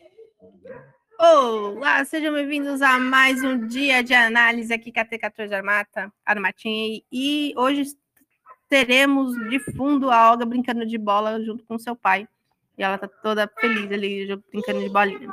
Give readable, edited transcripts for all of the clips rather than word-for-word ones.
Olá, sejam bem-vindos a mais um dia de análise aqui com a T14 Armatinha. E hoje teremos de fundo a Olga brincando de bola junto com seu pai. E ela tá toda feliz ali, brincando de bolinha.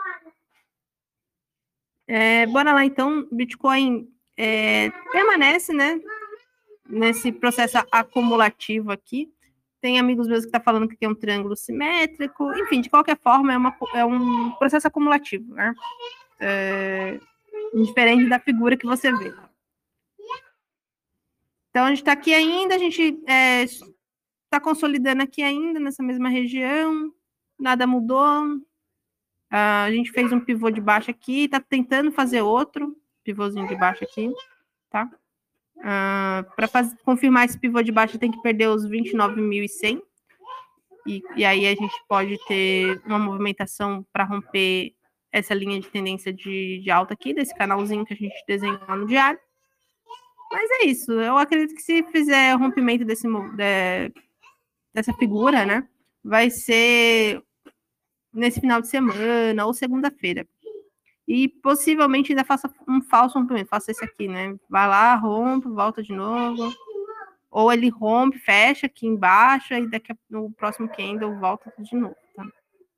Bora lá, então. Bitcoin permanece, né, nesse processo acumulativo aqui. Tem amigos meus que estão falando que é um triângulo simétrico. Enfim, de qualquer forma, é um processo acumulativo, né? Diferente da figura que você vê. Então, a gente está aqui ainda, a gente está consolidando aqui ainda, nessa mesma região, nada mudou. A gente fez um pivô de baixo aqui, está tentando fazer outro pivôzinho de baixo aqui, tá? Para confirmar esse pivô de baixo, tem que perder os 29.100. E aí a gente pode ter uma movimentação para romper essa linha de tendência de alta aqui, desse canalzinho que a gente desenhou lá no diário. Mas é isso. Eu acredito que se fizer o rompimento dessa figura, né, vai ser nesse final de semana ou segunda-feira. E possivelmente ainda faça um falso rompimento. Faça esse aqui, né? Vai lá, rompe, volta de novo. Ou ele rompe, fecha aqui embaixo, e no próximo candle volta de novo, tá?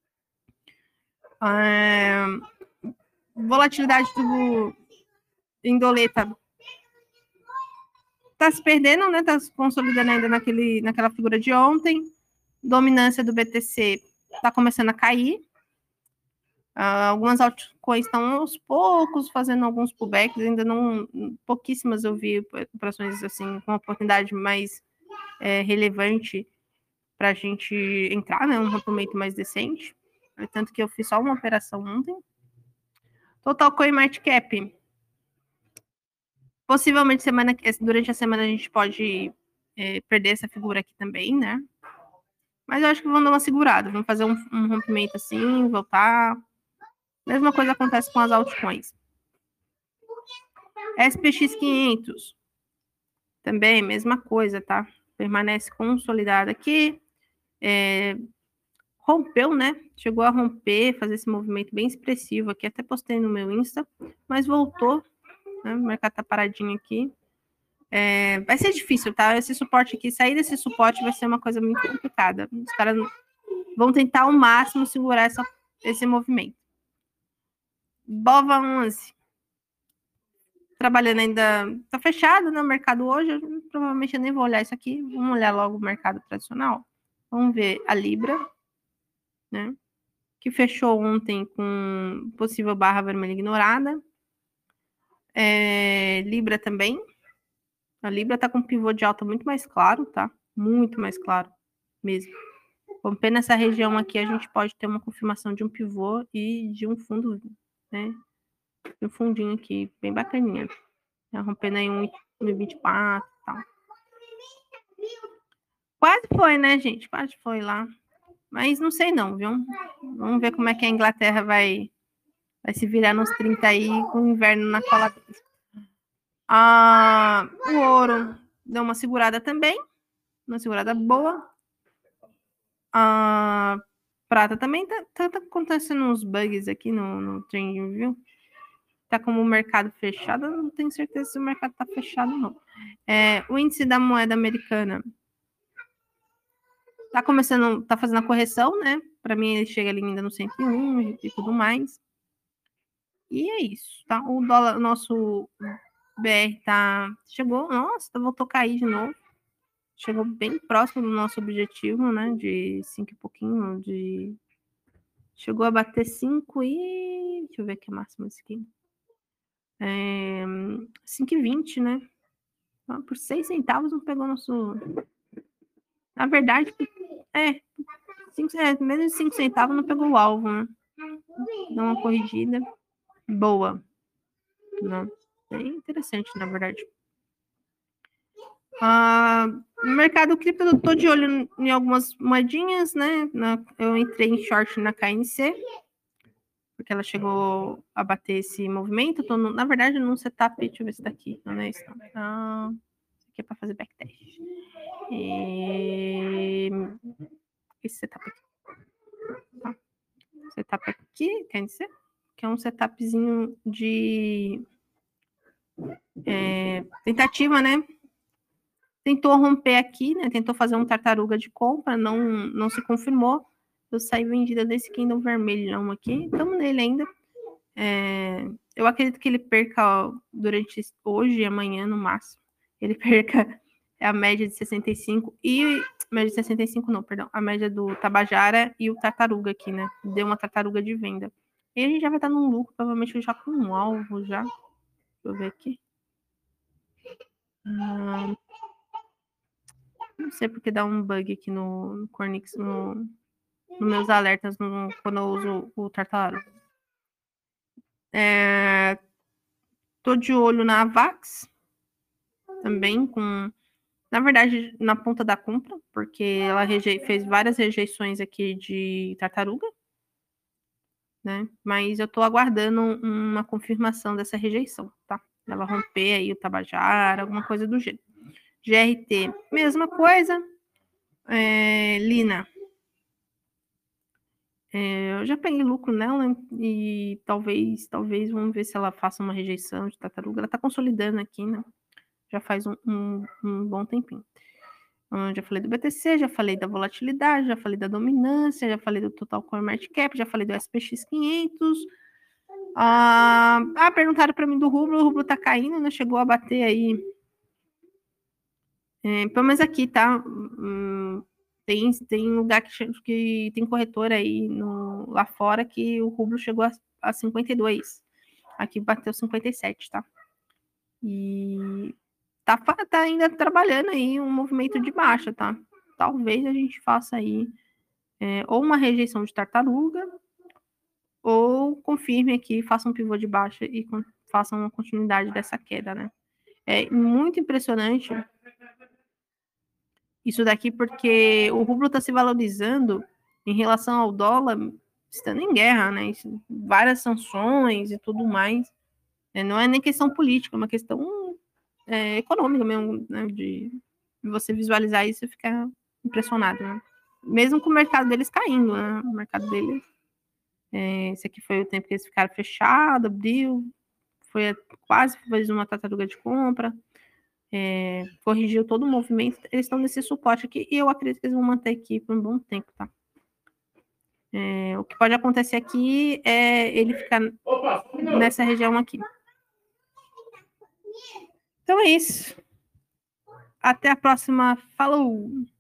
Volatilidade do Indoleta tá se perdendo, né? Tá se consolidando ainda naquela figura de ontem. Dominância do BTC tá começando a cair. Algumas altcoins estão aos poucos fazendo alguns pullbacks, ainda não, pouquíssimas eu vi operações assim com uma oportunidade mais relevante para a gente entrar, né? Um rompimento mais decente. Tanto que eu fiz só uma operação ontem. Total Coin Market Cap. Possivelmente durante a semana a gente pode perder essa figura aqui também, né? Mas eu acho que vão dar uma segurada, vão fazer um rompimento assim, voltar. Mesma coisa acontece com as altcoins. SPX 500. Também, mesma coisa, tá? Permanece consolidada aqui. Rompeu, né? Chegou a romper, fazer esse movimento bem expressivo aqui. Até postei no meu Insta, mas voltou. Né? O mercado tá paradinho aqui. Vai ser difícil, tá? Esse suporte aqui, sair desse suporte vai ser uma coisa muito complicada. Os caras vão tentar ao máximo segurar esse movimento. BOVA 11. Trabalhando ainda, tá fechado, né, o mercado hoje, provavelmente eu nem vou olhar isso aqui, vamos olhar logo o mercado tradicional. Vamos ver a Libra, né, que fechou ontem com possível barra vermelha ignorada. Libra também, a Libra tá com um pivô de alta muito mais claro, tá, muito mais claro mesmo. Rompendo nessa região aqui, a gente pode ter uma confirmação de um pivô e de um fundo, né, de um fundinho aqui, bem bacaninha. Rompendo aí 1,24 e tal. Quase foi, né, gente? Quase foi lá. Mas não sei não, viu? Vamos ver como é que a Inglaterra vai se virar nos 30 aí com o inverno na cola deles. O ouro deu uma segurada também. Uma segurada boa. A prata também tá acontecendo uns bugs aqui no trending, viu? Tá como o mercado fechado. Eu não tenho certeza se o mercado tá fechado, não. O índice da moeda americana tá fazendo a correção, né? Para mim ele chega ali ainda no 101 e tudo mais. E é isso, tá? O dólar, nosso BR chegou, nossa, voltou a cair de novo. Chegou bem próximo do nosso objetivo, né? De 5 e pouquinho, chegou a bater 5 e... Deixa eu ver aqui a máxima desse aqui. 5,20, né? Por 6 centavos não pegou nosso... Na verdade, menos de 5 centavos não pegou o alvo, né? Dá uma corrigida boa. Né? Bem interessante, na verdade. No mercado cripto, eu tô de olho em algumas moedinhas, né? Eu entrei em short na KNC, porque ela chegou a bater esse movimento. Tô na verdade, num setup, deixa eu ver se tá aqui. Não é isso, não. Isso aqui é para fazer backtest. Esse setup aqui. Tá. setup aqui, quer dizer, que é um setupzinho de tentativa, né? Tentou romper aqui, né? Tentou fazer um tartaruga de compra, não se confirmou. Eu saí vendida desse Kindle vermelhão aqui, estamos nele ainda. Eu acredito que ele perca durante hoje e amanhã, no máximo. Ele perca a média de 65 e... Média de 65 não, perdão. A média do Tabajara e o Tartaruga aqui, né? Deu uma tartaruga de venda. E a gente já vai estar num lucro, provavelmente já com um alvo já. Deixa eu ver aqui. Não sei porque dá um bug aqui no Cornix, nos meus alertas quando eu uso o Tartaruga. Tô de olho na Avax, também com... Na verdade, na ponta da compra, porque ela fez várias rejeições aqui de tartaruga, né? Mas eu tô aguardando uma confirmação dessa rejeição, tá? Ela romper aí o Tabajara, alguma coisa do gênero. GRT, mesma coisa. Lina, eu já peguei lucro nela e talvez, vamos ver se ela faça uma rejeição de tartaruga. Ela tá consolidando aqui, né? Já faz um bom tempinho. Já falei do BTC, já falei da volatilidade, já falei da dominância, já falei do Total Core Market Cap, já falei do SPX 500. Perguntaram para mim do rublo, o rublo tá caindo, né? Chegou a bater aí. Pelo menos aqui, tá? Tem lugar que tem corretora aí lá fora que o rublo chegou a 52. Aqui bateu 57, tá? E tá ainda trabalhando aí um movimento de baixa, tá? Talvez a gente faça aí ou uma rejeição de tartaruga, ou confirme aqui, faça um pivô de baixa e faça uma continuidade dessa queda, né? É muito impressionante isso daqui, porque o rublo está se valorizando em relação ao dólar, estando em guerra, né? Várias sanções e tudo mais. Não é nem questão política, é uma questão econômica mesmo, né? De você visualizar isso e ficar impressionado, né? Mesmo com o mercado deles caindo, né? O mercado deles. Esse aqui foi o tempo que eles ficaram fechados, abriu, quase fez uma tartaruga de compra, corrigiu todo o movimento. Eles estão nesse suporte aqui e eu acredito que eles vão manter aqui por um bom tempo, tá? O que pode acontecer aqui é ele ficar nessa região aqui. Então é isso. Até a próxima. Falou!